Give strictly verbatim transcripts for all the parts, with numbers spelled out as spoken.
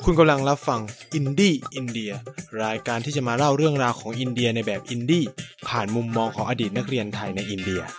คุณกำลังรับฟังอินดี้อินเดียรายการที่จะมาเล่าเรื่องราวของอินเดียในแบบอินดี้ผ่านมุมมองของอดีตนักเรียนไทยในอินเดีย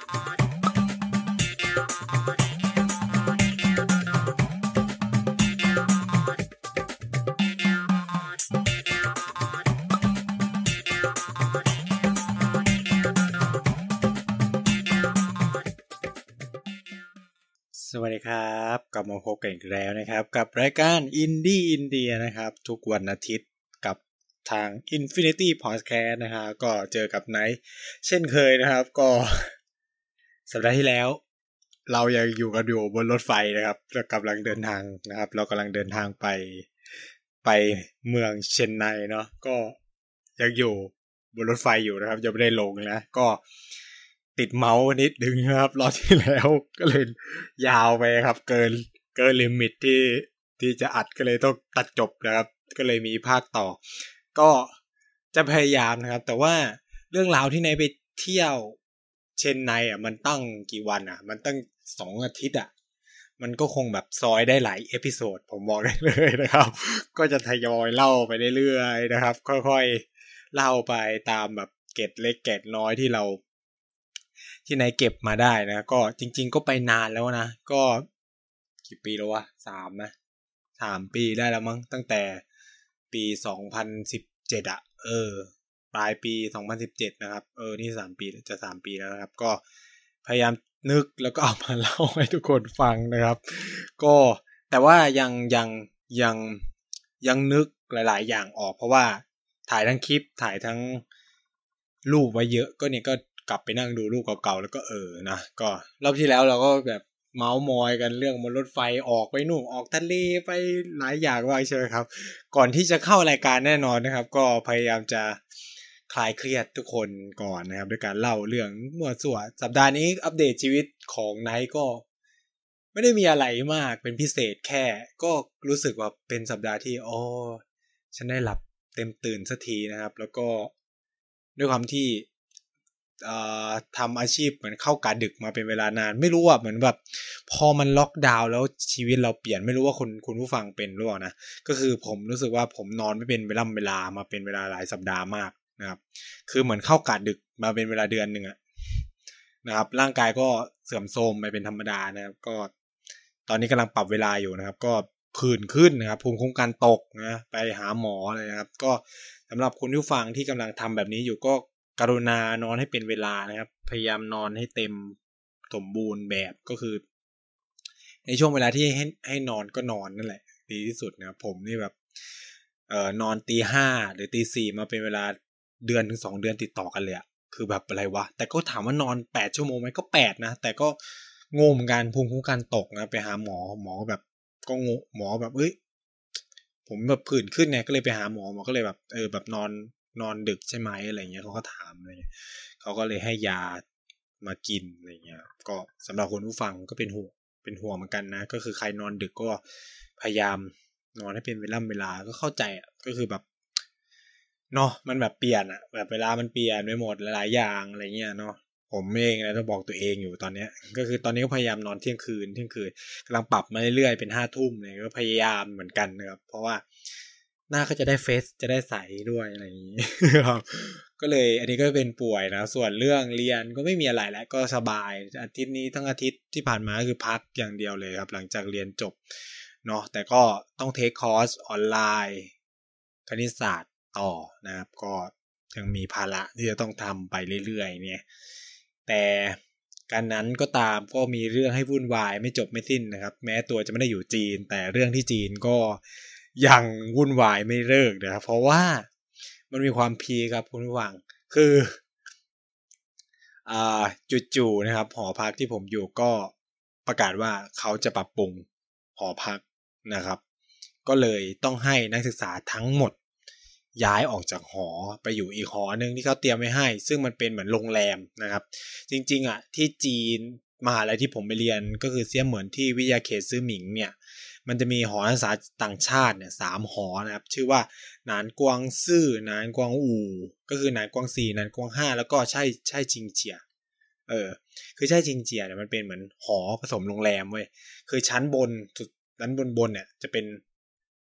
สวัสดีครับกลับมาพบกันอีกแล้วนะครับกับรายการอินดี้อินเดียนะครับทุกวันอาทิตย์กับทาง Infinity Podcast นะครับก็เจอกับไนท์เช่นเคยนะครับก็สัปดาห์ที่แล้วเรายังอยู่กันอยู่บนรถไฟนะครับเรากำลังเดินทางนะครับเรากำลังเดินทางไปไปเมืองเชนไนเนาะก็ยังอยู่บนรถไฟอยู่นะครับยังไม่ได้ลงนะก็ติดเมาส์นิดนึงนะครับรอบที่แล้วก็เลยยาวไปครับเกินเกินลิมิตที่ที่จะอัดก็เลยต้องตัดจบนะครับก็เลยมีภาคต่อก็จะพยายามนะครับแต่ว่าเรื่องราวที่นายไปเที่ยวเชนไนอ่ะมันตั้งกี่วันอ่ะมันตั้งสองอาทิตย์อ่ะมันก็คงแบบซอยได้หลายเอพิโซดผมบอกได้เลยนะครับก็จะทยอยเล่าไปเรื่อยๆนะครับค่อยๆเล่าไปตามแบบเกร็ดเล็กเกร็ดน้อยที่เราที่นายเก็บมาได้นะก็จริงๆก็ไปนานแล้วนะก็กี่ปีแล้ววะสามนะสามปีได้แล้วมั้งตั้งแต่ปีสองพันสิบเจ็ดอ่ะเออปลายปีสองพันสิบเจ็ดนะครับเออนี่สามปีจะสามปีแล้วนะครับก็พยายามนึกแล้วก็เอามาเล่าให้ทุกคนฟังนะครับก็แต่ว่ายังยังยังยังนึกหลายๆอย่างออกเพราะว่าถ่ายทั้งคลิปถ่ายทั้งรูปไว้เยอะก็เนี่ยก็กลับไปนั่งดูรูปเก่าๆแล้วก็เออนะก็รอบที่แล้วเราก็แบบเมาส์มอยกันเรื่องบนรถไฟออกไปนู่นออกทะเลไปหลายอย่างมากใช่ไหมครับก่อนที่จะเข้ารายการแน่นอนนะครับก็พยายามจะคลายเครียดทุกคนก่อนนะครับด้วยการเล่าเรื่องมั่วซั่วสัปดาห์นี้อัปเดตชีวิตของไนท์ก็ไม่ได้มีอะไรมากเป็นพิเศษแค่ก็รู้สึกว่าเป็นสัปดาห์ที่อ๋อฉันได้หลับเต็มตื่นสักทีนะครับแล้วก็ด้วยความที่ทำอาชีพเหมือนเข้ากะดึกมาเป็นเวลานานไม่รู้อ่ะเหมือนแบบพอมันล็อกดาวน์แล้วชีวิตเราเปลี่ยนไม่รู้ว่าคุณคุณผู้ฟังเป็นหรือเปล่านะก็คือผมรู้สึกว่าผมนอนไม่เป็นเวลาเวลามาเป็นเวลาหลายสัปดาห์มากนะครับคือเหมือนเข้ากะดึกมาเป็นเวลาเดือนหนึ่งอะนะครับร่างกายก็เสื่อมโทรมไปเป็นธรรมดานะครับก็ตอนนี้กำลังปรับเวลาอยู่นะครับก็ผื่นขึ้นนะครับภูมิคุ้มกันตกนะไปหาหมอเลยนะครับก็สำหรับคุณผู้ฟังที่กำลังทำแบบนี้อยู่ก็กรุณานอนให้เป็นเวลานะครับพยายามนอนให้เต็มสมบูรณ์แบบก็คือในช่วงเวลาที่ให้ให้นอนก็นอนนั่นแหละดีที่สุดนะครับผมนี่แบบเอ่อนอนตีห้าหรือตีสี่มาเป็นเวลาเดือนถึงสองเดือนติดต่อกันเลยอะคือแบบอะไรวะแต่ก็ถามว่านอนแปดชั่วโมงไหมก็แปดนะแต่ก็งงเหมือนกันภูมิคุ้มกันตกนะไปหาหมอหมอแบบก็งงหมอแบบเอ้ยผมแบบผื่นขึ้นไงก็เลยไปหาหมอหมอก็เลยแบบเออแบบนอนนอนดึกใช่ไหมอะไรเงี้ยเขาก็ถามอะไรเงี้ยเขาก็เลยให้ยามากินอะไรเงี้ยก็สำหรับคนผู้ฟังก็เป็นห่วงเป็นห่วงเหมือนกันนะก็คือใครนอนดึกก็พยายามนอนให้เป็นเวลาเวลาก็เข้าใจอ่ะก็คือแบบเนาะมันแบบเปลี่ยนอ่ะแบบเวลามันเปลี่ยนไปหมดหลายๆอย่างอะไรเงี้ยเนาะผมเองนะต้องบอกตัวเองอยู่ตอนเนี้ยก็คือตอนนี้ก็พยายามนอนเที่ยงคืนเที่ยงคืนกำลังปรับมาเรื่อยๆเป็นห้าทุ่มเลยก็พยายามเหมือนกันนะครับเพราะว่าหน้าก็จะได้เฟซจะได้ใสด้วยอะไรอย่างนี้ครับก็เลยอันนี้ก็เป็นป่วยนะส่วนเรื่องเรียนก็ไม่มีอะไรแล้วก็สบายอาทิตย์นี้ทั้งอาทิตย์ที่ผ่านมาคือพักอย่างเดียวเลยครับหลังจากเรียนจบเนาะแต่ก็ต้องเทคคอร์สออนไลน์คณิตศาสตร์ต่อนะครับก็ยังมีภาระที่จะต้องทำไปเรื่อยๆเนี่ยแต่การนั้นก็ตามก็มีเรื่องให้วุ่นวายไม่จบไม่สิ้นนะครับแม้ตัวจะไม่ได้อยู่จีนแต่เรื่องที่จีนก็ยังวุ่นวายไม่เลิกนะครับเพราะว่ามันมีความพีครับคุณผู้ฟังคืออ่าจู่ๆนะครับหอพักที่ผมอยู่ก็ประกาศว่าเขาจะปรับปรุงหอพักนะครับก็เลยต้องให้นักศึกษาทั้งหมดย้ายออกจากหอไปอยู่อีกหอนึงที่เขาเตรียมไว้ให้ซึ่งมันเป็นเหมือนโรงแรมนะครับจริงๆอ่ะที่จีนมหาลัยที่ผมไปเรียนก็คือเสียเหมือนที่วิทยาเขตซื่อหมิงเนี่ยมันจะมีหอนักศึกษาต่างชาติเนี่ยสามหอนะครับชื่อว่าหนานกวางซื่อหนานกวางอู่ก็คือหนานกวางสี่หนานกวางห้าแล้วก็ใช่ใช่จิงเจียเออคือใช่จิงเจียเนี่ยมันเป็นเหมือนหอผสมโรงแรมเว้ยคือชั้นบนสุดชั้นบนบนเนี่ยจะเป็น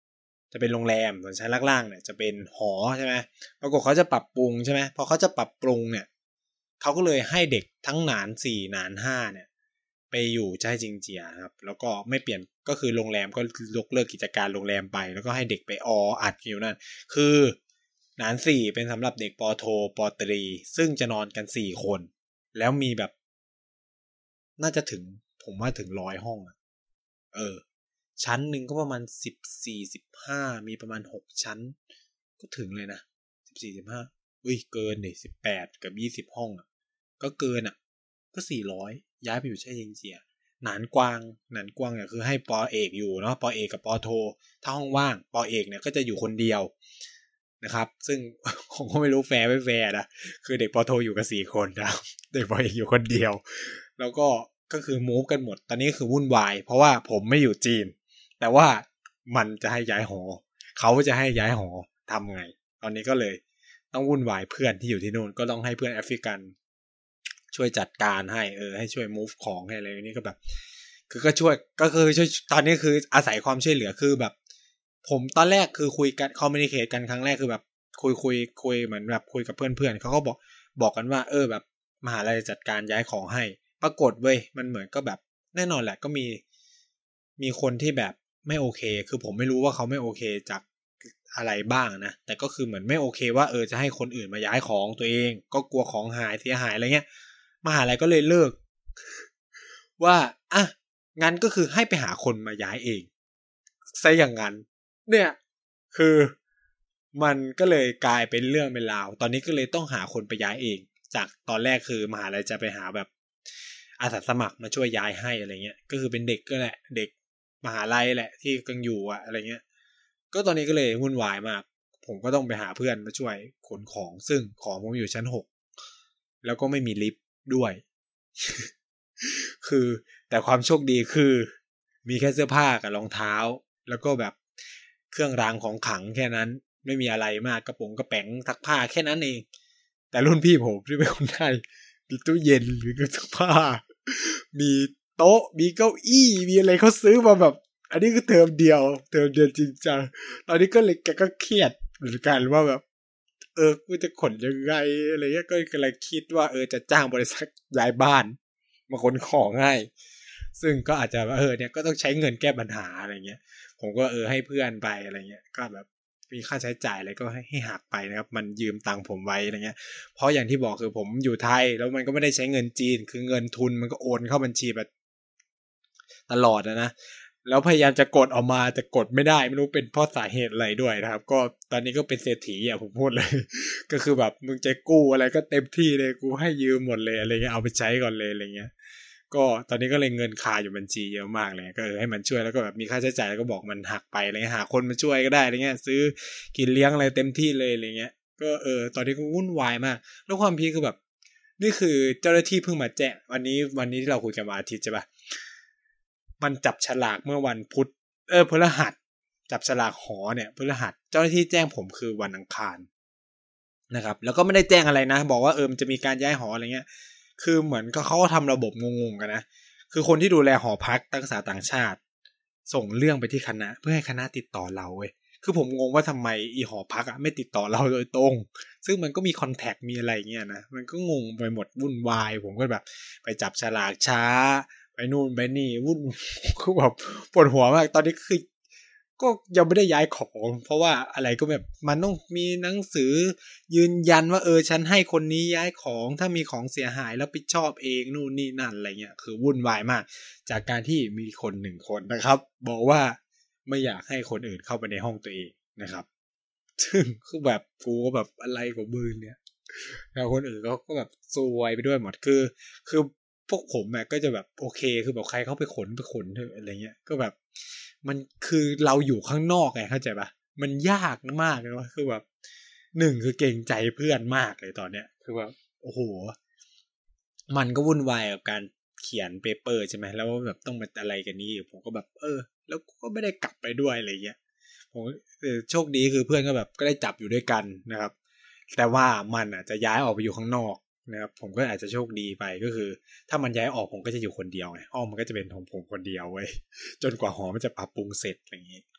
จะเป็นโรงแรมส่วนชั้นล่างๆเนี่ยจะเป็นหอใช่ไหมปรากฏเขาจะปรับปรุงใช่ไหมพอเขาจะปรับปรุงเนี่ยเขาก็เลยให้เด็กทั้งหนานสี่หนานห้าเนี่ยไปอยู่ใจจิงเจียครับแล้วก็ไม่เปลี่ยนก็คือโรงแรมก็ยกเลิกกิจการโรงแรมไปแล้วก็ให้เด็กไปออัดอยู่นั่นคือหนานสี่เป็นสำหรับเด็กปโทปตรีซึ่งจะนอนกันสี่คนแล้วมีแบบน่าจะถึงผมว่าถึงร้อยห้องเออชั้นหนึ่งก็ประมาณสิบสี่สิบห้ามีประมาณหกชั้นก็ถึงเลยนะสิบสี่สิบห้าอุ้ยเกินดิสิบแปดกับยี่สิบห้องอ่ะก็เกินอ่ะก็สี่ร้อยย้ายไปอยู่แช่เจียงเจียหนานกวางหนานกวางเนี่ยคือให้ปอเอกอยู่เนาะปอเอกกับปอโทถ้าห้องว่างปอเอกเนี่ยก็จะอยู่คนเดียวนะครับซึ่งผมก็ไม่รู้แฟร์ไม่แฟร์นะคือเด็กปอโทอยู่กันสี่คนนะเด็กปอเอกอยู่คนเดียวแล้วก็ก็คือมูฟกันหมดตอนนี้คือวุ่นวายเพราะว่าผมไม่อยู่จีนแต่ว่ามันจะให้ย้ายหอเขาจะให้ย้ายหอทำไงตอนนี้ก็เลยต้องวุ่นวายเพื่อนที่อยู่ที่นู่นก็ต้องให้เพื่อนแอฟริกันช่วยจัดการให้เออให้ช่วย move ของให้อะไรนี่ก็แบบคือก็ช่วยก็คือช่วยตอนนี้คืออาศัยความช่วยเหลือคือแบบผมตอนแรกคือคุยกันคอมมิวนิเคชกันครั้งแรกคือแบบคุยคุยคุยเหมือนแบบคุยกับเพื่อนๆเขาก็บอกบอกกันว่าเออแบบมหาลัยจัดการย้ายของให้ปรากฏเว้ยมันเหมือนก็แบบแน่นอนแหละก็มีมีคนที่แบบไม่โอเคคือผมไม่รู้ว่าเขาไม่โอเคจากอะไรบ้างนะแต่ก็คือเหมือนไม่โอเคว่าเออจะให้คนอื่นมาย้ายของตัวเองก็กลัวของหายเสียหายอะไรเงี้ยมหาลัยก็เลยเลิกว่าอ่ะงั้นก็คือให้ไปหาคนมาย้ายเองซะอย่างนั้นเนี่ยคือมันก็เลยกลายเป็นเรื่องเป็นราวตอนนี้ก็เลยต้องหาคนไปย้ายเองจากตอนแรกคือมหาลัยจะไปหาแบบอาสาสมัครมาช่วยย้ายให้อะไรเงี้ยก็คือเป็นเด็กก็แหละเด็กมหาลัยแหละที่กังอยู่อะอะไรเงี้ยก็ตอนนี้ก็เลยวุ่นวายมากผมก็ต้องไปหาเพื่อนมาช่วยขนของซึ่งของผมอยู่ชั้นหกแล้วก็ไม่มีลิฟต์ด้วยคือแต่ความโชคดีคือมีแค่เสื้อผ้ากับรองเท้าแล้วก็แบบเครื่องรางของขลังแค่นั้นไม่มีอะไรมากกระป๋องกระแป๋งซักผ้าแค่นั้นเองแต่รุ่นพี่ผมที่เป็นคนไทยมีตู้เย็นมีเครื่องซักผ้ามีโต๊ะมีเก้าอี้มีอะไรเขาซื้อมาแบบอันนี้คือเทอมเดียวเทอมเดียวจริงจังตอนนี้ก็เลยแกก็เครียดเหมือนกันว่าแบบเออกูจะขนยังไงอะไรเงี้ยก็เลยคิดว่าเออจะจ้างบริษัทย้ายบ้านมาขนของให้ซึ่งก็อาจจะเออเนี่ยก็ต้องใช้เงินแก้ปัญหาอะไรเงี้ยผมก็เออให้เพื่อนไปอะไรเงี้ยก็แบบมีค่าใช้จ่ายอะไรก็ให้ให้หักไปนะครับมันยืมตังค์ผมไว้อะไรเงี้ยเพราะอย่างที่บอกคือผมอยู่ไทยแล้วมันก็ไม่ได้ใช้เงินจีนคือเงินทุนมันก็โอนเข้าบัญชีแบบตลอดนะนะแล้วพยายามจะกดออกมาแต่กดไม่ได้ไม่รู้เป็นเพราะสาเหตุอะไรด้วยนะครับก็ตอนนี้ก็เป็นเศรษฐีอ่ะผมพูดเลยก็คือแบบมึงจะกู้อะไรก็เต็มที่เลยกูให้ยืมหมดเลยอะไรเงี้ยเอาไปใช้ก่อนเลยอะไรเงี้ยก็ตอนนี้ก็เลยเงินคาอยู่บัญชีเยอะมากเลยก็เออให้มันช่วยแล้วก็แบบมีค่าใช้จ่ายแล้วก็บอกมันหักไปอะไรเงี้ยหาคนมาช่วยก็ได้อะไรเงี้ยซื้อกินเลี้ยงอะไรเต็มที่เลยอะไรเงี้ยก็เออตอนนี้ก็วุ่นวายมากแล้วความพีคคือแบบนี่คือเจ้าหน้าที่เพิ่งมาแจ้งวันนี้วันนี้ที่เราคุยกันวันอาทิตย์ใช่ปะมันจับฉลากเมื่อวันพุธเออพฤหัสจับฉลากหอเนี่ยพฤหัสเจ้าหน้าที่แจ้งผมคือวันอังคารนะครับแล้วก็ไม่ได้แจ้งอะไรนะบอกว่าเออมันจะมีการย้ายหออะไรเงี้ยคือเหมือนก็เขาก็ทำระบบงงๆกันนะคือคนที่ดูแลหอพักนักศึกษาต่างชาติส่งเรื่องไปที่คณะเพื่อให้คณะติดต่อเราเว้ยคือผมงงว่าทำไมอีหอพักอ่ะไม่ติดต่อเราโดยตรงซึ่งมันก็มีคอนแทคมีอะไรเงี้ยนะมันก็งงไปหมดวุ่นวายผมก็แบบไปจับฉลากช้าไปนู่นไปนี่วุ่นคือแบบปวดหัวมากตอนนี้คือก็ยังไม่ได้ย้ายของเพราะว่าอะไรก็แบบมันต้องมีหนังสือยืนยันว่าเออฉันให้คนนี้ย้ายของถ้ามีของเสียหายแล้วผิดชอบเองนู่นนี่นั่นอะไรเงี้ยคือวุ่นวายมากจากการที่มีคนหนึ่งคนนะครับบอกว่าไม่อยากให้คนอื่นเข้าไปในห้องตัวเองนะครับซึ่งคือแบบกูก็แบบอะไรกับมึงเนี่ยแล้วคนอื่นก็ก็แบบซวยไปด้วยหมดคือคือพวกผมอะก็จะแบบโอเคคือแบบใครเข้าไปขนไปขนเถอะอะไรเงี้ยก็แบบมันคือเราอยู่ข้างนอกไงเข้าใจปะมันยากมากเลยว่าคือแบบหนึ่งคือเกรงใจเพื่อนมากเลยตอนเนี้ยคือแบบโอ้โหมันก็วุ่นวายกับการเขียนเปเปอร์ใช่ไหมแล้วแบบต้องมาอะไรกันนี้ผมก็แบบเออแล้วก็ไม่ได้กลับไปด้วยอะไรเงี้ยผมโชคดีคือเพื่อนก็แบบก็ได้จับอยู่ด้วยกันนะครับแต่ว่ามันอ่ะจะย้ายออกไปอยู่ข้างนอกนะครับผมก็อาจจะโชคดีไปก็คือถ้ามันย้ายออกผมก็จะอยู่คนเดียวไงห้องมันก็จะเป็นของผมคนเดียวเว้ยจนกว่าหอมันจะปรับปรุงเสร็จอะไรอย่างงี้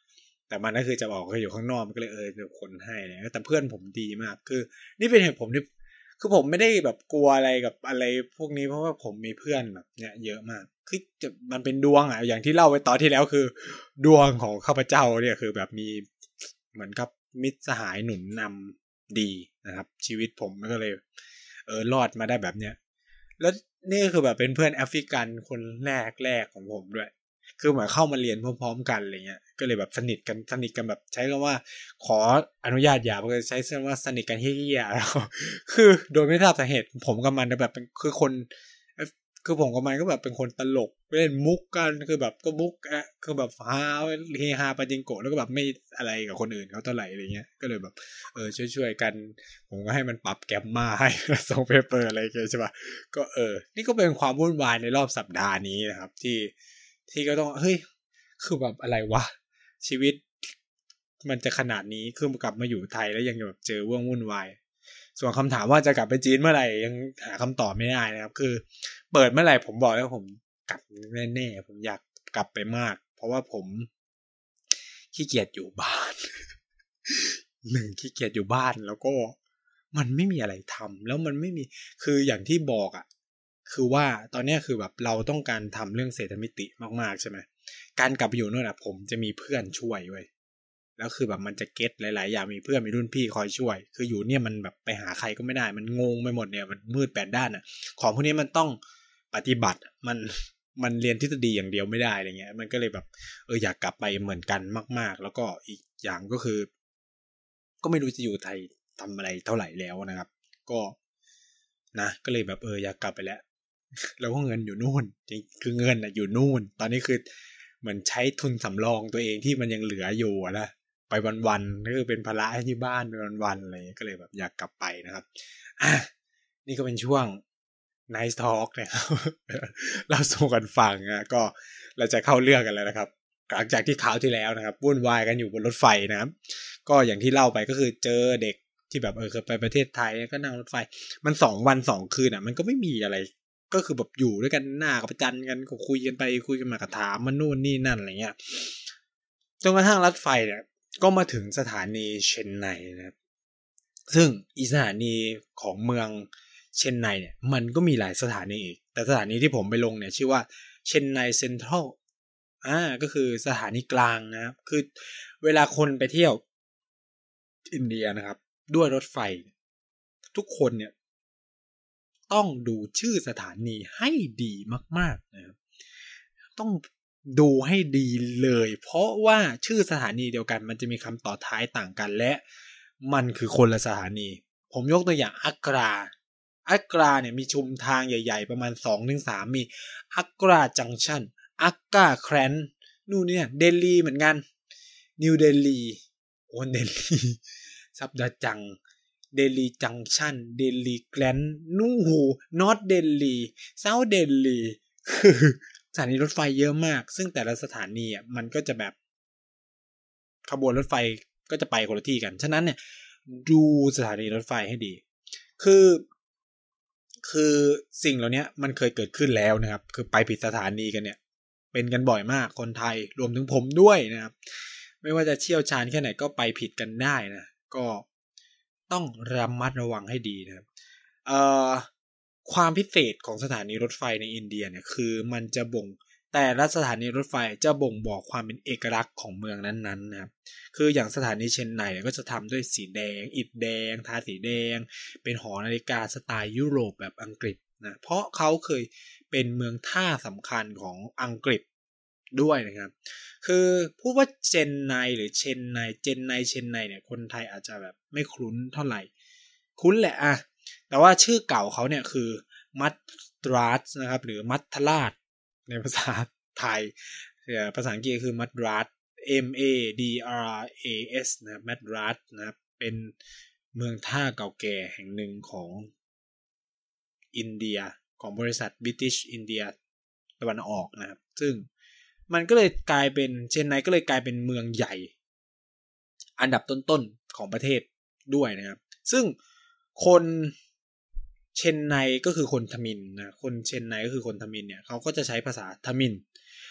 แต่มันก็คือจะบอกว่าอยู่ข้างนอกมันก็เลยเออจะขนให้เนี่ยแต่เพื่อนผมดีมากคือนี่เป็นเหตุผมที่คือผมไม่ได้แบบกลัวอะไรกับอะไรพวกนี้เพราะว่าผมมีเพื่อนแบบเนี้ยเยอะมากคือจะมันเป็นดวงอ่ะอย่างที่เล่าไว้ตอนที่แล้วคือดวงของข้าพเจ้าเนี่ยคือแบบมีเหมือนกับมิตรสหายหนุนนำดีนะครับชีวิตผมก็เลยเออรอดมาได้แบบเนี้ยแล้วนี่คือแบบเป็นเพื่อนแอฟริกันคนแรกแรกของผมด้วยคือเหมือนเข้ามาเรียนพร้อมๆกันอะไรเงี้ยก็เลยแบบสนิทกันสนิทกันแบบใช้คำว่าขออนุญาตอย่าเพราะใช้คำว่าสนิทกันเฮี้ยๆแล้วคือโดยไม่ทราบสาเหตุผมกับมันแบบเป็นคือคนคือผมกับมันก็แบบเป็นคนตลกเล่นมุกกันคือแบบก็มุกอ่ะคือแบบฮาเฮฮาปาจิงโกะแล้วก็แบบไม่อะไรกับคนอื่นเขาเท่าไหร่อะไรเงี้ยก็เลยแบบเออช่วยๆกันผมก็ให้มันปรับแกมมาให้ส่งเปเปอร์อะไรอย่างเงี้ยใช่ป่ะก็เออนี่ก็เป็นความวุ่นวายในรอบสัปดาห์นี้นะครับที่ที่ก็ต้องเฮ้ยคือแบบอะไรวะชีวิตมันจะขนาดนี้คือกลับมาอยู่ไทยแล้วยังแบบเจอเรื่องวุ่นวายส่วนคำถามว่าจะกลับไปจีนเมื่อไหร่ยังหาคำตอบไม่ได้นะครับคือเปิดเมื่อไหร่ผมบอกแล้วผมกลับแน่ๆผมอยากกลับไปมากเพราะว่าผมขี้เกียจอยู่บ้านหนึ่งขี้เกียจอยู่บ้านแล้วก็มันไม่มีอะไรทำแล้วมันไม่มีคืออย่างที่บอกอ่ะคือว่าตอนนี้คือแบบเราต้องการทำเรื่องเศรษฐมิติมากๆใช่ไหมการกลับไปอยู่นู่นอ่ะผมจะมีเพื่อนช่วยเว้ยแล้วคือแบบมันจะเก็ตหลายๆอย่างมีเพื่อนมีรุ่นพี่คอยช่วยคืออยู่เนี่ยมันแบบไปหาใครก็ไม่ได้มันงงไปหมดเนี่ยมันมืดแปดด้านอ่ะของพวกนี้มันต้องปฏิบัติมันมันเรียนทฤษฎีอย่างเดียวไม่ได้อะไรเงี้ยมันก็เลยแบบเอออยากกลับไปเหมือนกันมากๆแล้วก็อีกอย่างก็คือก็ไม่รู้จะอยู่ไทยทำอะไรเท่าไหร่แล้วนะครับก็นะก็เลยแบบเอออยากกลับไปแล้วแล้วก็เงินอยู่นู่นจริงคือเงินอ่ะอยู่นู่นตอนนี้คือเหมือนใช้ทุนสำรองตัวเองที่มันยังเหลืออยู่นะไปวันๆก็คือเป็นภาระให้ที่บ้านไปวันๆอะไรก็เลยแบบอยากกลับไปนะครับอ่ะนี่ก็เป็นช่วง Nice Talk นะครับเราสู่กันฟังนะก็เราจะเข้าเรื่องกันแล้วนะครับหลังจากที่คราวที่แล้วนะครับวุ่นวายกันอยู่บนรถไฟนะครับก็อย่างที่เล่าไปก็คือเจอเด็กที่แบบเออเคยไปประเทศไทยก็นั่งรถไฟมันสองวันสองคืนอ่ะมันก็ไม่มีอะไรก็คือแบบอยู่ด้วยกันหน้ากับประจันกันก็คุยกันไปคุยกันมากระถามมันนู่นนี่นั่นอะไรเงี้ยจนกระทั่งรถไฟเนี่ยก็มาถึงสถานีเชนไนนะครับซึ่งอีสถานีของเมืองเชนไนเนี่ยมันก็มีหลายสถานีอีกแต่สถานีที่ผมไปลงเนี่ยชื่อว่าเชนไนเซ็นทรัลอ่าก็คือสถานีกลางนะครับคือเวลาคนไปเที่ยวอินเดียนะครับด้วยรถไฟทุกคนเนี่ยต้องดูชื่อสถานีให้ดีมากๆนะครับต้องดูให้ดีเลยเพราะว่าชื่อสถานีเดียวกันมันจะมีคำต่อท้ายต่างกันและมันคือคนละสถานีผมยกตัวอย่างอักราอักราเนี่ยมีชุมทางใหญ่ๆประมาณ สองถึงสาม มีอักราจังชันอักกาแครนนู่นเนี่ยเดลีเหมือนกันนิวเดลีโอนเดลีซับดาจังเดลีจังชันเดลีแกรนนู่หูนอตเดลีเซาเดลีคือสถานีรถไฟเยอะมากซึ่งแต่ละสถานีอ่ะมันก็จะแบบขบวนรถไฟก็จะไปคนละที่กันฉะนั้นเนี่ยดูสถานีรถไฟให้ดีคือคือสิ่งเหล่านี้มันเคยเกิดขึ้นแล้วนะครับคือไปผิดสถานีกันเนี่ยเป็นกันบ่อยมากคนไทยรวมถึงผมด้วยนะครับไม่ว่าจะเชี่ยวชาญแค่ไหนก็ไปผิดกันได้นะก็ต้องระมัดระวังให้ดีนะครับเอ่อความพิเศษของสถานีรถไฟในอินเดียเนี่ยคือมันจะบ่งแต่ละสถานีรถไฟจะบ่งบอกความเป็นเอกลักษณ์ของเมืองนั้นๆนะครับคืออย่างสถานีเชนไนก็จะทำด้วยสีแดงอิฐแดงทาสีแดงเป็นหอนาฬิกาสไตล์ยุโรปแบบอังกฤษนะเพราะเขาเคยเป็นเมืองท่าสำคัญของอังกฤษด้วยนะครับคือพูดว่าเจนไนหรือเชนไนเจนไนเชนไนเนี่ยคนไทยอาจจะแบบไม่คุ้นเท่าไหร่คุ้นแหละอะแต่ว่าชื่อเก่าเขาเนี่ยคือมัตราสนะครับหรือมัทราชในภาษาไทยภาษาอังกฤษคือมัตราส M A D R A S นะครับมัตราสนะครับเป็นเมืองท่าเก่าแก่แห่งหนึ่งของอินเดียของบริษัท British India ตะวันออกนะครับซึ่งมันก็เลยกลายเป็นเชนไนก็เลยกลายเป็นเมืองใหญ่อันดับต้นๆของประเทศด้วยนะครับซึ่งคนเชนไนก็คือคนทมิฬนะคนเชนไนก็คือคนทมิฬเนี่ยเขาก็จะใช้ภาษาทมิฬ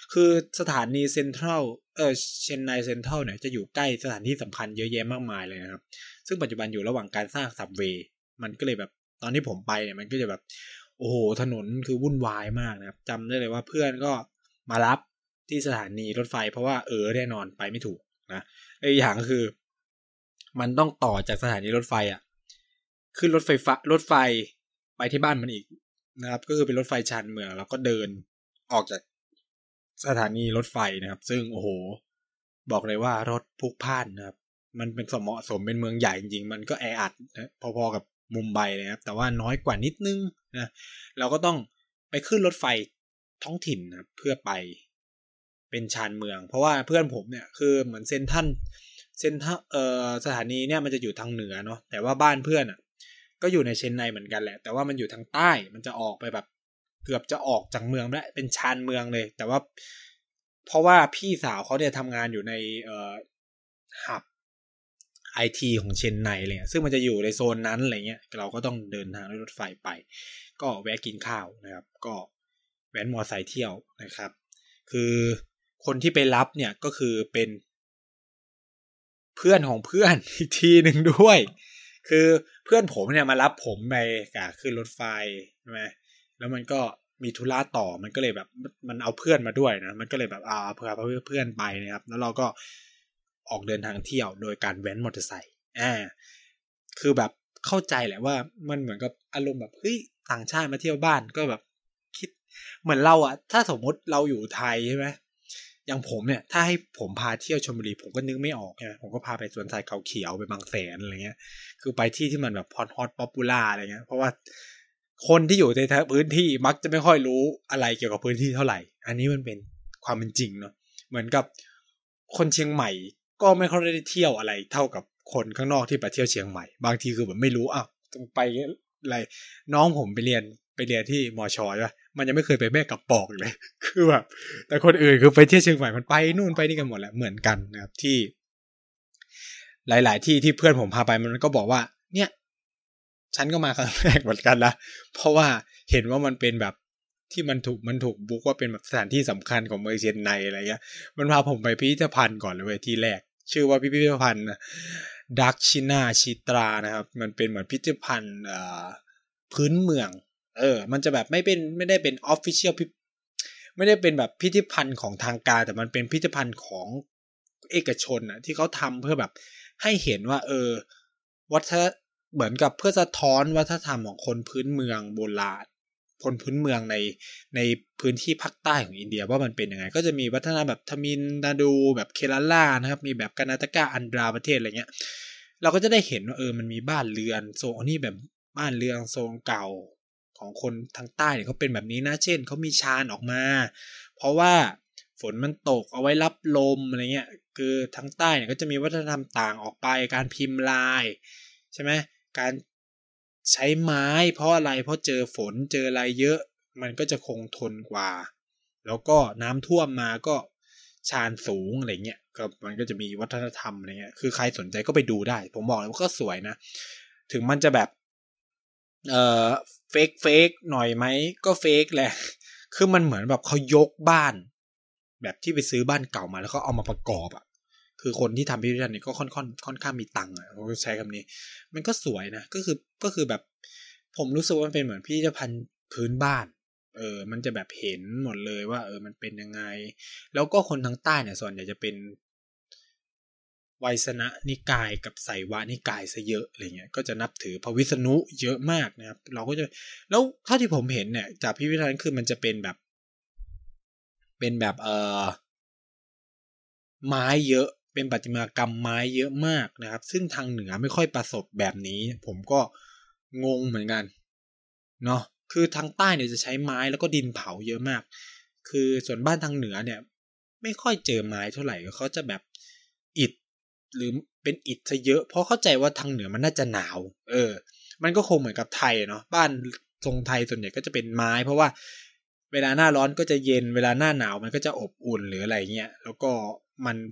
คือสถานีเซ็นทรัลเออเชนไนเซ็นทรัลเนี่ยจะอยู่ใกล้สถานที่สำคัญเยอะแยะมากมายเลยนะครับซึ่งปัจจุบันอยู่ระหว่างการสร้างซับเวย์มันก็เลยแบบตอนที่ผมไปเนี่ยมันก็จะแบบโอ้โหถนนคือวุ่นวายมากนะครับจำได้เลยว่าเพื่อนก็มารับที่สถานีรถไฟเพราะว่าเออแน่นอนไปไม่ถูกนะอีกอย่างก็คือมันต้องต่อจากสถานีรถไฟอ่ะขึ้นรถไฟฟ้ารถไฟไปที่บ้านมันอีกนะครับก็คือเป็นรถไฟชานเมืองแล้วก็เดินออกจากสถานีรถไฟนะครับซึ่งโอ้โหบอกเลยว่ารถพลุกพล่านนะครับมันเป็นสมเหมาะสมเป็นเมืองใหญ่จริงๆมันก็แออัดนะพอๆกับมุมไบเลยครับแต่ว่าน้อยกว่านิดนึงนะเราก็ต้องไปขึ้นรถไฟท้องถิ่นนะเพื่อไปเป็นชานเมืองเพราะว่าเพื่อนผมเนี่ยคือเหมือนเซนทันเซนทันเอ่อสถานีเนี่ยมันจะอยู่ทางเหนือเนาะแต่ว่าบ้านเพื่อนอ่ะก็อยู่ในเชนไนเหมือนกันแหละแต่ว่ามันอยู่ทางใต้มันจะออกไปแบบเกือบจะออกจากเมืองแล้วเป็นชานเมืองเลยแต่ว่าเพราะว่าพี่สาวเขาเนี่ยทำงานอยู่ในเอ่อหับไอทีของเชนไนเลยซึ่งมันจะอยู่ในโซนนั้นอะไรเงี้ยเราก็ต้องเดินทางด้วยรถไฟไปก็แวะกินข้าวนะครับก็แว้นมอไซค์เที่ยวนะครับคือคนที่ไปรับเนี่ยก็คือเป็นเพื่อนของเพื่อนอีกทีหนึ่งด้วยคือเพื่อนผมเนี่ยมารับผมไปกะขึ้นรถไฟใช่ไหมแล้วมันก็มีธุระต่อมันก็เลยแบบมันเอาเพื่อนมาด้วยนะมันก็เลยแบบอ่าเพื่อเพื่อนไปนะครับแล้วเราก็ออกเดินทางเที่ยวโดยการแว้นมอเตอร์ไซค์อ่าคือแบบเข้าใจแหละว่ามันเหมือนกับอารมณ์แบบเฮ้ยต่างชาติมาเที่ยวบ้านก็แบบคิดเหมือนเราอะถ้าสมมติเราอยู่ไทยใช่ไหมอย่างผมเนี่ยถ้าให้ผมพาเที่ยวชลบุรีผมก็นึกไม่ออกใช่ไหมผมก็พาไปสวนสายเขาเขียวไปบางแสนอะไรเงี้ยคือไปที่ที่มันแบบฮอตฮอตป๊อปปูล่าอะไรเงี้ยเพราะว่าคนที่อยู่ในพื้นที่มักจะไม่ค่อยรู้อะไรเกี่ยวกับพื้นที่เท่าไหร่อันนี้มันเป็นความเป็นจริงเนาะเหมือนกับคนเชียงใหม่ก็ไม่ค่อยได้เที่ยวอะไรเท่ากับคนข้างนอกที่ไปเที่ยวเชียงใหม่บางทีคือแบบไม่รู้อ้าวต้องไปอะไรน้องผมไปเรียนไปเรียนที่มอชอใช่ป่ะมันยังไม่เคยไปแม่กำปองเลยคือแบบแต่คนอื่นคือไปเที่ยวเชียงใหม่มันไปนู่นไปนี่กันหมดแหละเหมือนกันนะครับที่หลายๆที่ที่เพื่อนผมพาไปมันก็บอกว่าเนี่ยฉันก็มาครั้งแรกเหมือนกันละเพราะว่าเห็นว่ามันเป็นแบบที่มันถูกมันถูกบุ๊กว่าเป็นแบบสถานที่สำคัญของเมืองเชียงใหม่อะไรเงี้ยมันพาผมไปพิพิธภัณฑ์ก่อนเลยเว้ยที่แรกชื่อว่าพิพิธภัณฑ์ดักชินาชิตรานะครับมันเป็นเหมือนพิพิธภัณฑ์พื้นเมืองเออมันจะแบบไม่เป็นไม่ได้เป็นออฟฟิเชียลไม่ได้เป็นแบบพิพิธภัณฑ์ของทางการแต่มันเป็นพิพิธภัณฑ์ของเอกชนนะที่เขาทำเพื่อแบบให้เห็นว่าเออวัฒนเหมือนกับเพื่อสะท้อนวัฒนธรรมของคนพื้นเมืองโบราณคนพื้นเมืองในในพื้นที่ภาคใต้ของอินเดียว่ามันเป็นยังไงก็จะมีวัฒนธรรมแบบทมิลนาดูแบบเครัลานะครับมีแบบกานาตากาอันดราประเทศอะไรเงี้ยเราก็จะได้เห็นว่าเออมันมีบ้านเรือนโซนนี่แบบบ้านเรือนโซนเก่าของคนทางใต้เนี่ยเขาเป็นแบบนี้นะเช่นเขามีชานออกมาเพราะว่าฝนมันตกเอาไว้รับลมอะไรเงี้ยคือทางใต้เนี่ยก็จะมีวัฒนธรรมต่างออกไปการพิมพ์ลายใช่ไหมการใช้ไม้เพราะอะไรเพราะเจอฝนเจออะไรเยอะมันก็จะคงทนกว่าแล้วก็น้ำท่วมมาก็ชานสูงอะไรเงี้ยก็มันก็จะมีวัฒนธรรมอะไรเงี้ยคือใครสนใจก็ไปดูได้ผมบอกเลยว่าก็สวยนะถึงมันจะแบบเอ่อเฟกเฟกหน่อยไหมก็เฟกแหละคือมันเหมือนแบบเขายกบ้านแบบที่ไปซื้อบ้านเก่ามาแล้วเขาเอามาประกอบอ่ะคือคนที่ทำพิพิธภัณฑ์นี้ก็ค่อนค่อนค่อนข้างมีตังค์อ่ะเขาใช้คำนี้มันก็สวยนะก็คือก็คือแบบผมรู้สึกว่ามันเป็นเหมือนพิพิธภัณฑ์พื้นบ้านเออมันจะแบบเห็นหมดเลยว่าเออมันเป็นยังไงแล้วก็คนทางใต้เนี่ยส่วนใหญ่จะเป็นไวยสนะนิกายกับไสยวะนิกายซะเยอะอะไรเงี้ยก็จะนับถือพระวิษณุเยอะมากนะครับเราก็จะแล้วเท่าที่ผมเห็นเนี่ยจากพิพิธภัณฑ์คือมันจะเป็นแบบเป็นแบบเออไม้เยอะเป็นประติมากรรมไม้เยอะมากนะครับซึ่งทางเหนือไม่ค่อยประสบแบบนี้ผมก็งงเหมือนกันเนาะคือทางใต้เนี่ยจะใช้ไม้แล้วก็ดินเผาเยอะมากคือส่วนบ้านทางเหนือเนี่ยไม่ค่อยเจอไม้เท่าไหร่เขาจะแบบอิฐหรือเป็นอิฐซะเยอะเพราะเข้าใจว่าทางเหนือมันน่าจะหนาวเออมันก็คงเหมือนกับไทยเนาะบ้านทรงไทยส่วนใหญ่ก็จะเป็นไม้เพราะว่าเวลาหน้าร้อนก็จะเย็นเวลาหน้าหนาวมันก็จะอบอุ่นหรืออะไรเงี้ยแล้วก็มันแบบ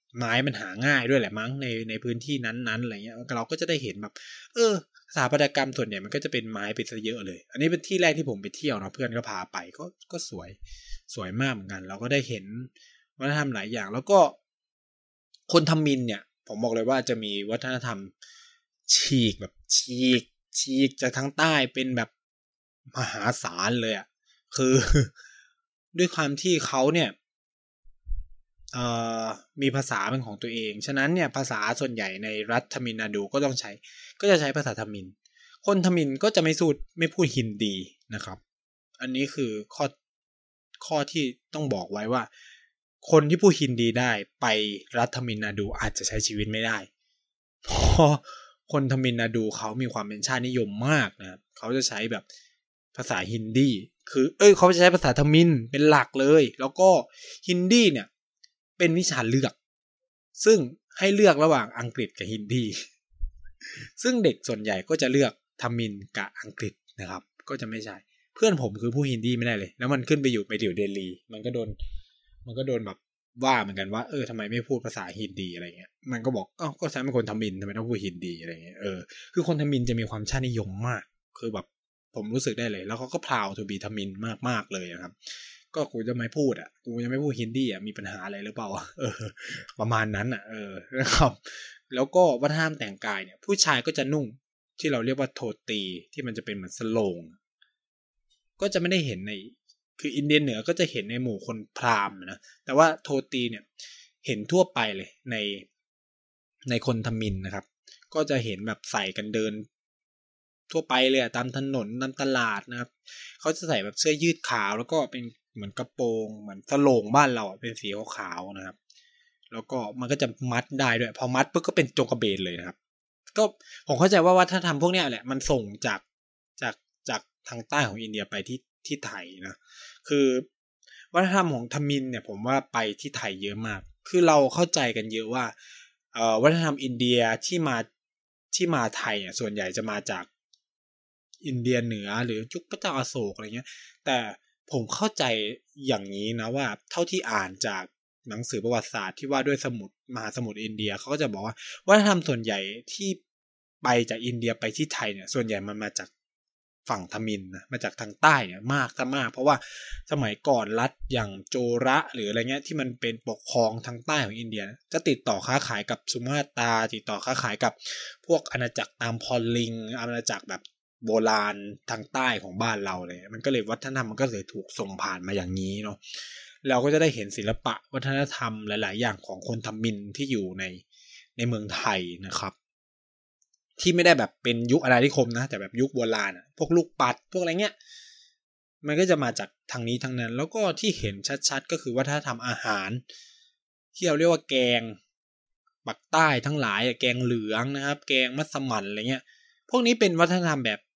ไม้มันหาง่ายด้วยแหละมั้งในในพื้นที่นั้นๆอะไรเงี้ยเราก็จะได้เห็นแบบเออสถาปัตยกรรมส่วนใหญ่มันก็จะเป็นไม้ไปซะเยอะเลยอันนี้เป็นที่แรกที่ผมไปเที่ยวเนาะเพื่อนก็พาไปก็ก็สวยสวยมากเหมือนกันเราก็ได้เห็นวัฒนธรรมหลายอย่างแล้วก็คนทมิฬเนี่ยผมบอกเลยว่าจะมีวัฒนธรรมฉีกแบบฉีกฉีกจากทั้งใต้เป็นแบบมหาศาลเลยอ่ะคือด้วยความที่เขาเนี่ยมีภาษาเป็นของตัวเองฉะนั้นเนี่ยภาษาส่วนใหญ่ในรัฐทมิฬนาดูก็ต้องใช้ก็จะใช้ภาษาทมิฬคนทมิฬก็จะไม่สูดไม่พูดฮินดีนะครับอันนี้คือข้อข้อที่ต้องบอกไว้ว่าคนที่พูดฮินดีได้ไปรัฐทมิฬนาดูอาจจะใช้ชีวิตไม่ได้เพราะคนทมิฬนาดูเขามีความเป็นชาตินิยมมากนะครับเขาจะใช้แบบภาษาฮินดีคือเอ้ยเขาจะใช้ภาษาทมิฬเป็นหลักเลยแล้วก็ฮินดีเนี่ยเป็นวิชาเลือกซึ่งให้เลือกระหว่างอังกฤษกับฮินดีซึ่งเด็กส่วนใหญ่ก็จะเลือกทมิฬกับอังกฤษนะครับก็จะไม่ใช่เพื่อนผมคือผู้ฮินดีไม่ได้เลยแล้วมันขึ้นไปอยู่ไปอยู่เดลีมันก็โดนมันก็โดนแบบว่าเหมือนกันว่าเออทำไมไม่พูดภาษาฮินดีอะไรเงี้ยมันก็บอกอ้าวก็ฉันเป็นคนทมิฬทำไมต้องพูดฮินดีอะไรเงี้ยเออคือคนทมิฬจะมีความชาตินิยมมากคือแบบผมรู้สึกได้เลยแล้วเขาก็พราวทูบีทมิฬมากๆเลยครับก็กูจะไม่พูดอ่ะกูจะไม่พูดฮินดีอ่ะมีปัญหาอะไรหรือเปล่าเออประมาณนั้นอ่ะเออนะครับแล้วก็วัฒนธรรมแต่งกายเนี่ยผู้ชายก็จะนุ่งที่เราเรียกว่าโทตีที่มันจะเป็นเหมือนสโลงก็จะไม่ได้เห็นในคืออินเดียเหนือก็จะเห็นในหมู่คนพราหมณ์นะแต่ว่าโทตีเนี่ยเห็นทั่วไปเลยในในคนทมิฬนะครับก็จะเห็นแบบใส่กันเดินทั่วไปเลยตามถนนตามตลาดนะครับเขาจะใส่แบบเสื้อยืดขาวแล้วก็เป็นเหมือนกระโปรงเหมือนสโลงบ้านเราเป็นสีขาวๆนะครับแล้วก็มันก็จะมัดได้ด้วยพอมัดปุ๊บก็เป็นจงกระเบนเลยนะครับก็ผมเข้าใจว่าวัฒนธรรมพวกนี้แหละมันส่งจากจากจากทางใต้ของอินเดียไปที่ที่ไทยนะคือวัฒนธรรมของทมิฬเนี่ยผมว่าไปที่ไทยเยอะมากคือเราเข้าใจกันเยอะว่าเอ่อวัฒนธรรมอินเดียที่มาที่มาไทยเนี่ยส่วนใหญ่จะมาจากอินเดียเหนือหรือยุคพระเจ้าอโศกอะไรเงี้ยแต่ผมเข้าใจอย่างนี้นะว่าเท่าที่อ่านจากหนังสือประวัติศาสตร์ที่ว่าด้วยสมุทรมหาสมุทรอินเดียเขาก็จะบอกว่าวัฒนธรรมส่วนใหญ่ที่ไปจากอินเดียไปที่ไทยเนี่ยส่วนใหญ่มันมาจากฝั่งทมิฬนะมาจากทางใต้เนี่ยมากซะมากเพราะว่าสมัยก่อนรัฐอย่างโจระหรืออะไรเงี้ยที่มันเป็นปกครองทางใต้ของอินเดียจะติดต่อค้าขายกับสุมาตราติดต่อค้าขายกับพวกอาณาจักรตามพอลลิงอาณาจักรแบบโบราณทางใต้ของบ้านเราเลยมันก็เลยวัฒนธรรมมันก็เลยถูกส่งผ่านมาอย่างนี้เนาะเราก็จะได้เห็นศิลปะวัฒนธรรมหลายๆอย่างของคนทมิฬที่อยู่ในในเมืองไทยนะครับที่ไม่ได้แบบเป็นยุคอาณานิคมนะแต่แบบยุคโบราณพวกลูกปัดพวกอะไรเงี้ยมันก็จะมาจากทางนี้ทางนั้นแล้วก็ที่เห็นชัดๆก็คือวัฒนธรรมอาหารที่เราเรียกว่าแกงปักใต้ทั้งหลายแกงเหลืองนะครับแกงมัสมั่นอะไรเงี้ยพวกนี้เป็นวัฒนธรรมแบบ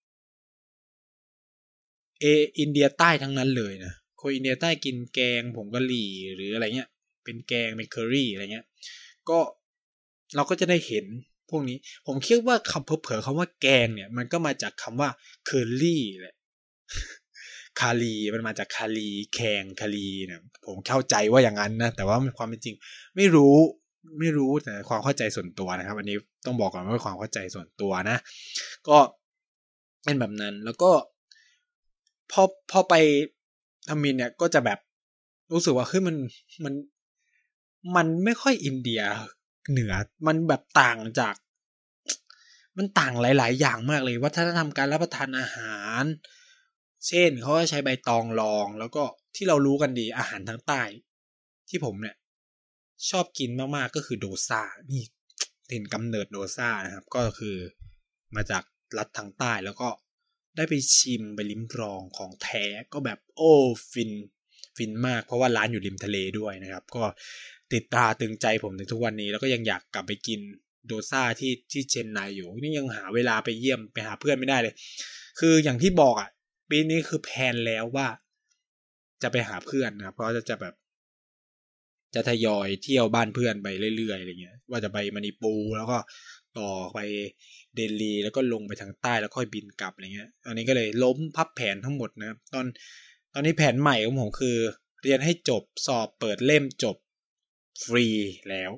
เออินเดียใต้ทั้งนั้นเลยนะคนอินเดียใต้กินแกงผงกะหรี่หรืออะไรเงี้ยเป็นแกงเป็นเคอรี่อะไรเงี้ยก็เราก็จะได้เห็นพวกนี้ผมคิดว่าคำเผลอๆคำว่าแกงเนี่ยมันก็มาจากคำว่าเคอรี่แหละคาลีมันมาจากคาลีแคงคาลีเนี่ยผมเข้าใจว่าอย่างนั้นนะแต่ว่าความเป็นจริงไม่รู้ไม่รู้แต่ความเข้าใจส่วนตัวนะครับอันนี้ต้องบอกก่อนว่าความเข้าใจส่วนตัวนะก็เป็นแบบนั้นแล้วก็พอพอไปทมิฬเนี่ยก็จะแบบรู้สึกว่าเฮ้ยมันมันมันไม่ค่อยอินเดียเหนือมันแบบต่างจากมันต่างหลายๆอย่างมากเลยวัฒนธรรมการรับประทานอาหารเช่นเขาก็ใช้ใบตองรองแล้วก็ที่เรารู้กันดีอาหารทางใต้ที่ผมเนี่ยชอบกินมากๆก็คือโดซ่านี่ถิ่นกำเนิดโดซ่านะครับก็คือมาจากรัฐทางใต้แล้วก็ได้ไปชิมไปลิ้มลองของแท้ก็แบบโอ้ฟินฟินมากเพราะว่าร้านอยู่ริมทะเลด้วยนะครับก็ติดตราตึงใจผมถึงทุกวันนี้แล้วก็ยังอยากกลับไปกินโดซ่าที่ที่เชนไนอยู่นี่ยังหาเวลาไปเยี่ยมไปหาเพื่อนไม่ได้เลยคืออย่างที่บอกอ่ะปีนี้คือแพลนแล้วว่าจะไปหาเพื่อนนะเพราะจะจะแบบจะทยอยเที่ยวบ้านเพื่อนไปเรื่อยๆอะไรเงี้ยว่าจะไปมณีปูแล้วก็ต่อไปเดลีแล้วก็ลงไปทางใต้แล้วค่อยบินกลับอะไรเงี้ยตอนนี้ก็เลยล้มพับแผนทั้งหมดนะครับตอนตอนนี้แผนใหม่ของผมคือเรียนให้จบสอบเปิดเล่มจบฟรีแล้ว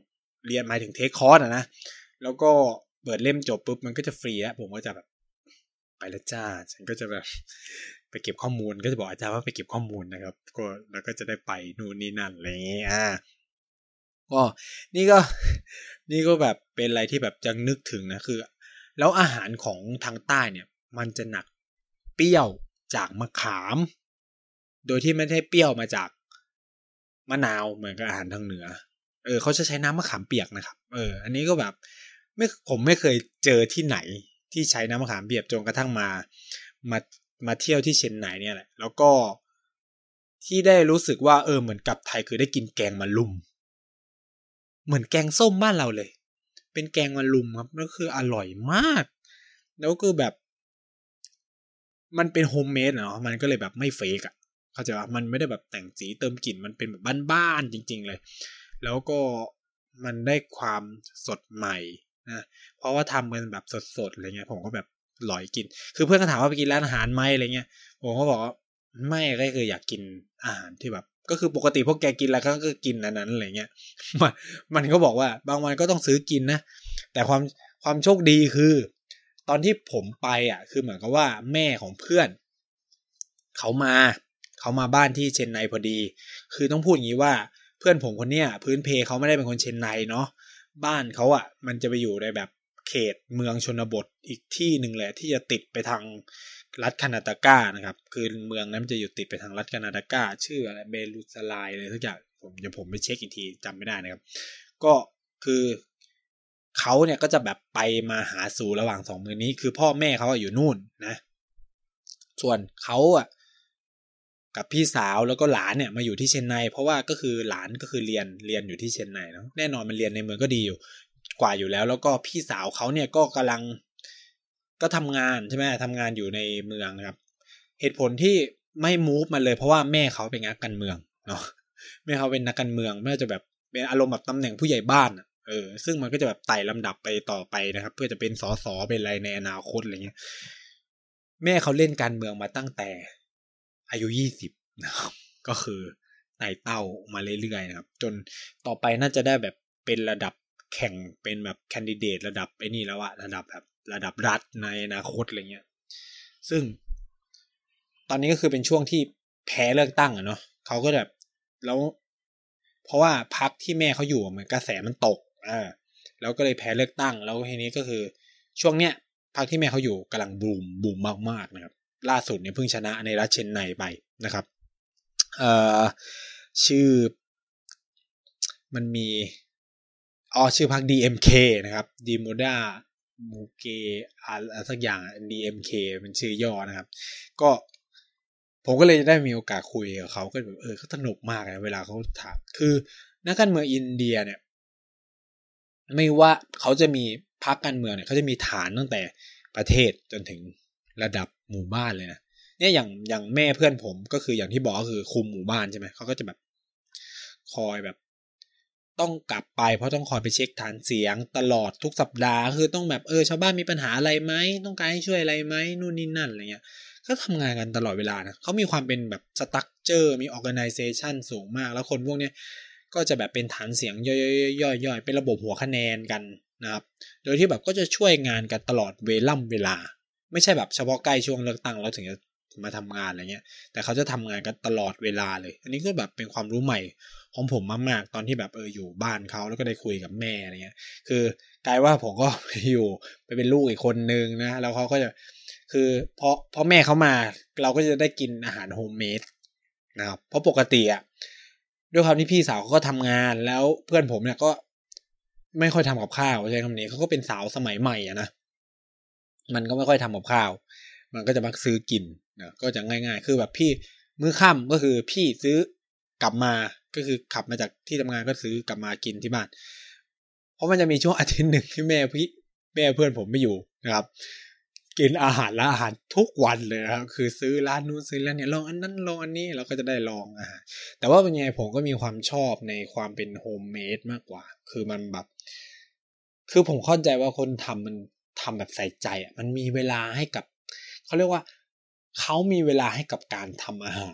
เรียนหมายถึงเทคคอร์สอ่ะนะแล้วก็เปิดเล่มจบปุ๊บมันก็จะฟรีแล้วผมก็จะแบบไปแล้วจ้าฉันก็จะแบบไปเก็บข้อมูลก็จะบอกอาจารย์ว่าไปเก็บข้อมูลนะครับก็แล้วก็จะได้ไปนู่นนี่นั่นอะไรอย่างเงี้ยอ่าก็นี่ก็นี่ก็แบบเป็นอะไรที่แบบยังนึกถึงนะคือแล้วอาหารของทางใต้เนี่ยมันจะหนักเปรี้ยวจากมะขามโดยที่ไม่ได้เปรี้ยวมาจากมะนาวเหมือนกับอาหารทางเหนือเออเขาจะใช้น้ำมะขามเปียกนะครับเอออันนี้ก็แบบไม่ผมไม่เคยเจอที่ไหนที่ใช้น้ำมะขามเปียกจนกระทั่งมามามาเที่ยวที่เชียงใหม่เนี่ยแหละแล้วก็ที่ได้รู้สึกว่าเออเหมือนกับไทยคือได้กินแกงมะลุมเหมือนแกงส้มบ้านเราเลยเป็นแกงมะลุมครับแล้วคืออร่อยมากแล้วคือแบบมันเป็นโฮมเมดเนาะมันก็เลยแบบไม่เฟกอ่ะเข้าใจว่ามันไม่ได้แบบแต่งสีเติมกลิ่นมันเป็นแบบบ้านๆจริงๆเลยแล้วก็มันได้ความสดใหม่นะเพราะว่าทำกันแบบสดๆอะไรเงี้ยผมก็แบบหลอยกินคือเพื่อนก็ถามว่าไปกินร้านอาหารไหมอะไรเงี้ยผมก็บอกว่าไม่ก็คืออยากกินอาหารที่แบบก็คือปกติพวกแกกินแล้วก็กินอันนั้นอะไรเงี้ยมันมันก็บอกว่าบางวันก็ต้องซื้อกินนะแต่ความความโชคดีคือตอนที่ผมไปอ่ะคือเหมือนกับว่าแม่ของเพื่อนเขามาเขามาบ้านที่เชนไนพอดีคือต้องพูดอย่างนี้ว่าเพื่อนผมคนเนี้ยพื้นเพเขาไม่ได้เป็นคนเชนไนเนาะบ้านเขาอ่ะมันจะไปอยู่ในแบบเขตเมืองชนบทอีกที่หนึ่งแหละที่จะติดไปทางรัฐคานาตากานะครับคือเมืองนั้นจะอยู่ติดไปทางรัฐคานาตากาชื่ออะไรเบลูสไลอะไรทุกอย่างผมเดี๋ยวผมไปเช็คอีกทีจำไม่ได้นะครับก็คือเขาเนี่ยก็จะแบบไปมาหาสู่ระหว่างสองเมืองนี้คือพ่อแม่เขาอยู่นู่นนะส่วนเขาอ่ะกับพี่สาวแล้วก็หลานเนี่ยมาอยู่ที่เชียงใหม่เพราะว่าก็คือหลานก็คือเรียนเรียนอยู่ที่เชียงใหม่เนาะแน่นอนมันเรียนในเมืองก็ดีอยู่กว่าอยู่แล้วแล้วก็พี่สาวเขาเนี่ยก็กำลังก็ทำงานใช่ไหมทำงานอยู่ในเมืองนะครับเหตุผลที่ไม่มูฟมาเลยเพราะว่าแม่เขาเป็นนักการเมืองเนาะแม่เขาเป็นนักการเมืองไม่ว่าจะแบบเป็นอารมณ์แบบตำแหน่งผู้ใหญ่บ้านเออซึ่งมันก็จะแบบไต่ลำดับไปต่อไปนะครับเพื่อจะเป็นสสเป็นอะไรในอนาคตอะไรเงี้ยแม่เขาเล่นการเมืองมาตั้งแต่อายุยี่สิบนะครับก็คือไต่เต้ามาเรื่อยๆนะครับจนต่อไปน่าจะได้แบบเป็นระดับแข่งเป็นแบบแคนดิเดตระดับไอ้นี่แล้วอะระดับแบบระดับรัฐในอนาคตอะไรเงี้ยซึ่งตอนนี้ก็คือเป็นช่วงที่แพ้เลือกตั้งอะเนาะเขาก็แบบแล้วเพราะว่าพรรคที่แม่เขาอยู่เหมือนกระแสมันตกอ่าแล้วก็เลยแพ้เลือกตั้งแล้วทีนี้ก็คือช่วงเนี้ยพรรคที่แม่เขาอยู่กำลังบูมบูมมากๆนะครับล่าสุดเนี่ยเพิ่งชนะในรัฐเชนไนไปนะครับเอ่อชื่อมันมีอ๋อชื่อพรรค ดี เอ็ม เค นะครับดีโมดามูเกอะไรสักอย่าง ดี เอ็ม เค เป็นชื่อย่อนะครับก็ผมก็เลยได้มีโอกาสคุยกับเขาก็แบบเออเขาสนุกมากนะเวลาเขาถามคือนักการเมืองอินเดียเนี่ยไม่ว่าเขาจะมีพรรคการเมืองเนี่ยเขาจะมีฐานตั้งแต่ประเทศจนถึงระดับหมู่บ้านเลยนะเนี่ยอย่างอย่างแม่เพื่อนผมก็คืออย่างที่บอกก็คือคุมหมู่บ้านใช่ไหมเขาก็จะแบบคอยแบบต้องกลับไปเพราะต้องคอยไปเช็คฐานเสียงตลอดทุกสัปดาห์คือต้องแบบเออชาวบ้านมีปัญหาอะไรไหมต้องการให้ช่วยอะไรไหมนู่นนี่นั่นอะไรเงี้ยก็ทำงานกันตลอดเวลานะเขามีความเป็นแบบสตั๊กเจอร์มี organization สูงมากแล้วคนพวกเนี้ยก็จะแบบเป็นฐานเสียงย่อยๆๆเป็นระบบหัวคะแนนกันนะครับโดยที่แบบก็จะช่วยงานกันตลอดเวล่ำเวลาไม่ใช่แบบเฉพาะใกล้ช่วงเลือกตั้งแล้วถึงจะมาทำงานอะไรเงี้ยแต่เขาจะทำงานกันตลอดเวลาเลยอันนี้ก็แบบเป็นความรู้ใหม่ของผมมากๆตอนที่แบบเอออยู่บ้านเขาแล้วก็ได้คุยกับแม่อะไรเงี้ยคือกลายว่าผมก็ไปอยู่ไปเป็นลูกอีกคนนึงนะแล้วเขาก็จะคือพอพอแม่เขามาเราก็จะได้กินอาหารโฮมเมดนะครับเพราะปกติอ่ะด้วยความที่พี่สาวเขาก็ทำงานแล้วเพื่อนผมเนี่ยก็ไม่ค่อยทำกับข้าวใช่คำนี้เขาก็เป็นสาวสมัยใหม่อ่ะนะมันก็ไม่ค่อยทำกับข้าวมันก็จะมักซื้อกินนะก็จะง่ายๆคือแบบพี่มื้อค่ำก็คือพี่ซื้อกลับมาก็คือขับมาจากที่ทำงานก็ซื้อกลับมากินที่บ้านเพราะมันจะมีช่วงอาทิตย์หนึ่งที่แม่พี่แม่เพื่อนผมไม่อยู่นะครับกินอาหารและอาหารทุกวันเลยครับคือซื้อร้านนู้นซื้อร้านนี้ลองอันนั้นลองอันนี้เราก็จะได้ลองอาหารแต่ว่าเป็นไงผมก็มีความชอบในความเป็นโฮมเมดมากกว่าคือมันแบบคือผมเข้าใจว่าคนทำมันทำแบบใส่ใจอ่ะมันมีเวลาให้กับเขาเรียกว่าเขามีเวลาให้กับการทำอาหาร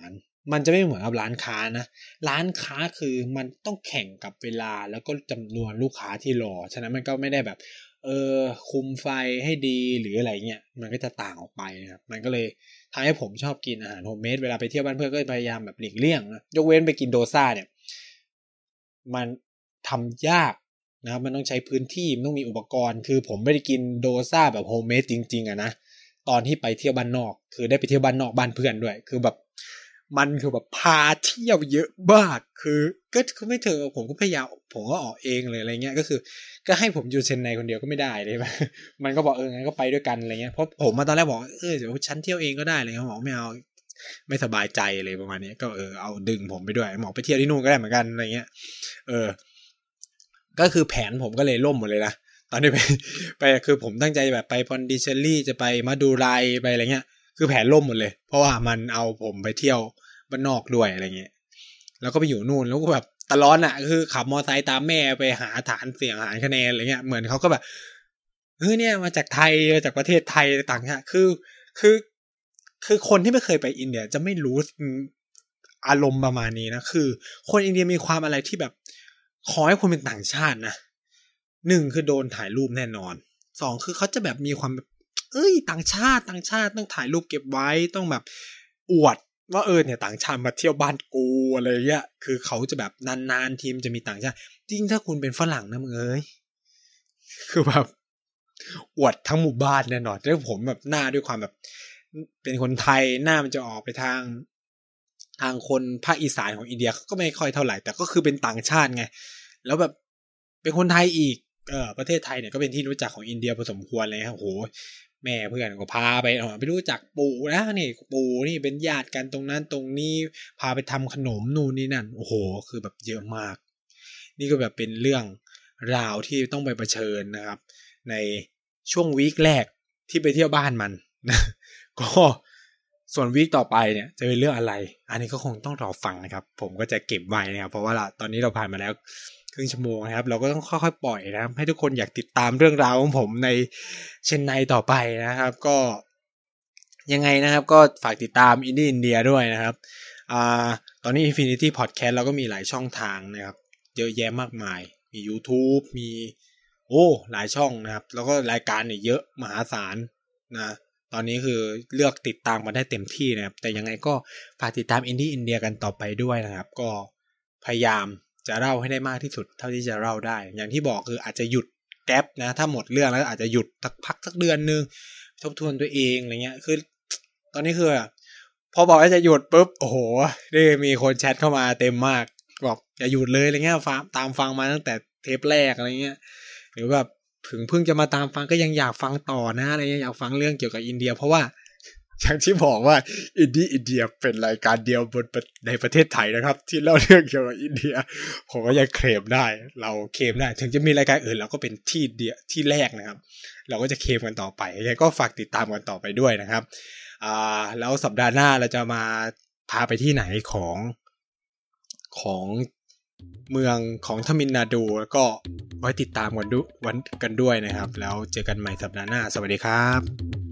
มันจะไม่เหมือนกับร้านค้านะร้านค้าคือมันต้องแข่งกับเวลาแล้วก็จำนวนลูกค้าที่รอฉะนั้นมันก็ไม่ได้แบบเออคุมไฟให้ดีหรืออะไรเงี้ยมันก็จะต่างออกไปนะครับมันก็เลยทำให้ผมชอบกินอาหารโฮมเมดเวลาไปเที่ยวบ้านเพื่อนก็พยายามแบบหลีกเลี่ยงนะยกเว้นไปกินโดซ่าเนี่ยมันทำยากนะครับมันต้องใช้พื้นที่มันต้องมีอุปกรณ์คือผมไม่ได้กินโดซ่าแบบโฮมเมดจริงๆอะนะตอนที่ไปเที่ยวบ้านนอกคือได้ไปเที่ยวบ้านนอกบ้านเพื่อนด้วยคือแบบมันคือแบบพาเที่ยวเยอะมากคือก็คือไม่เถอะผมก็พยายามผมก็ออกเองเลยอะไรเงี้ยก็คือก็ให้ผมอยู่เชนไนคนเดียวก็ไม่ได้เลยมันก็บอกเอองั้นก็ไปด้วยกันอะไรเงี้ยเพราะผมมาตอนแรกบอกเออเดี๋ยวฉันเที่ยวเองก็ได้อะไรเงี้ยบอกไม่เอาไม่สบายใจเลยประมาณนี้ก็เออเอาดึงผมไปด้วยหมอไปเที่ยวที่นู่นก็ได้เหมือนกันอะไรเงี้ยเออก็คือแผนผมก็เลยล่มหมดเลยนะตอนนี้ไปไปคือผมตั้งใจแบบไปพอนดิเชลลี่จะไปมาดูไรไปอะไรเงี้ยคือแผนล่มหมดเลยเพราะว่ามันเอาผมไปเที่ยวบ้านนอกด้วยอะไรเงี้ยแล้วก็ไปอยู่นู่นแล้วก็แบบตลอดอ่ะคือขับมอไซค์ตามแม่ไปหาฐานเสียงหาคะแนนอะไรเงี้ยเหมือนเขาก็แบบเออเนี่ยมาจากไทยมาจากประเทศไทยต่างชาติคือคือคือคนที่ไม่เคยไปอินเดียจะไม่รู้อารมณ์ประมาณนี้นะคือคนอินเดียมีความอะไรที่แบบขอให้คุณเป็นต่างชาตินะหนึ่งคือโดนถ่ายรูปแน่นอนสองคือเขาจะแบบมีความแบบเอ้ยต่างชาติต่างชาติต้องถ่ายรูปเก็บไว้ต้องแบบอวดว่าเออเนี่ยต่างชาติมาเที่ยวบ้านกูอะไรเงี้ยคือเขาจะแบบนานๆทีมจะมีต่างชาติจริงถ้าคุณเป็นฝรั่งนะมึงเอ้ยคือแบบอวดทั้งหมู่บ้านแน่นอนแล้วผมแบบหน้าด้วยความแบบเป็นคนไทยหน้ามันจะออกไปทางทางคนภาคอีสานของอินเดียก็ไม่ค่อยเท่าไหร่แต่ก็คือเป็นต่างชาติไงแล้วแบบเป็นคนไทยอีกเออประเทศไทยเนี่ยก็เป็นที่รู้จักของอินเดียพอสมควรเลยครับโหแม่เพื่อนก็พาไปอ๋อไปรู้จักปู่นะนี่ปู่นี่เป็นญาติกันตรงนั้นตรงนี้พาไปทำขนมนู่นนี่นั่นโอ้โหคือแบบเยอะมากนี่ก็แบบเป็นเรื่องราวที่ต้องไปเผชิญนะครับในช่วงวีคแรกที่ไปเที่ยวบ้านมันนะก็ส่วนวีคต่อไปเนี่ยจะเป็นเรื่องอะไรอันนี้ก็คงต้องรอฟังนะครับผมก็จะเก็บไว้นะครับเพราะว่าตอนนี้เราผ่านมาแล้วครึ่งชั่วโมงนะครับเราก็ต้องค่อยๆปล่อยนะครับให้ทุกคนอยากติดตามเรื่องราวของผมในเชนไนต่อไปนะครับก็ยังไงนะครับก็ฝากติดตามอินดี้อินเดียด้วยนะครับอ่าตอนนี้ Infinity Podcast เราก็มีหลายช่องทางนะครับเยอะแยะมากมายมี YouTube มีโอ้หลายช่องนะครับแล้วก็รายการเนี่ยเยอะมหาศาลนะตอนนี้คือเลือกติดตามมาได้เต็มที่นะครับแต่ยังไงก็ฝากติดตามอินดี้อินเดียกันต่อไปด้วยนะครับก็พยายามจะเล่าให้ได้มากที่สุดเท่าที่จะเล่าได้อย่างที่บอกคืออาจจะหยุดแก๊ปนะถ้าหมดเรื่องแล้วอาจจะหยุดสักพักสักเดือนนึงทบทวนตัวเองอะไรเงี้ยคือตอนนี้คือพอบอกว่าจะหยุดปุ๊บโอ้โหนี่มีคนแชทเข้ามาเต็มมากบอกอย่าหยุดเลยอะไรเงี้ยฟังตามฟังมาตั้งแต่เทปแรกอะไรเงี้ยหรือแบบถึงเพิ่งจะมาตามฟังก็ยังอยากฟังต่อนะอะไรเงี้ยอยากฟังเรื่องเกี่ยวกับอินเดียเพราะว่าอย่างที่บอกว่าอินดี้อินเดียเป็นรายการเดียวบนในประเทศไทยนะครับที่เล่าเรื่องเกี่ยวกับอินเดียผมก็ยังเคลมได้เราเคลมได้ถึงจะมีรายการอื่นเราก็เป็นที่เดียที่แรกนะครับเราก็จะเคลมกันต่อไปยังไงก็ฝากติดตามกันต่อไปด้วยนะครับอ่าแล้วสัปดาห์หน้าเราจะมาพาไปที่ไหนของของเมืองของทมิลนาดูแล้วก็ไว้ติดตามกันดูวันกันด้วยนะครับแล้วเจอกันใหม่สัปดาห์หน้าสวัสดีครับ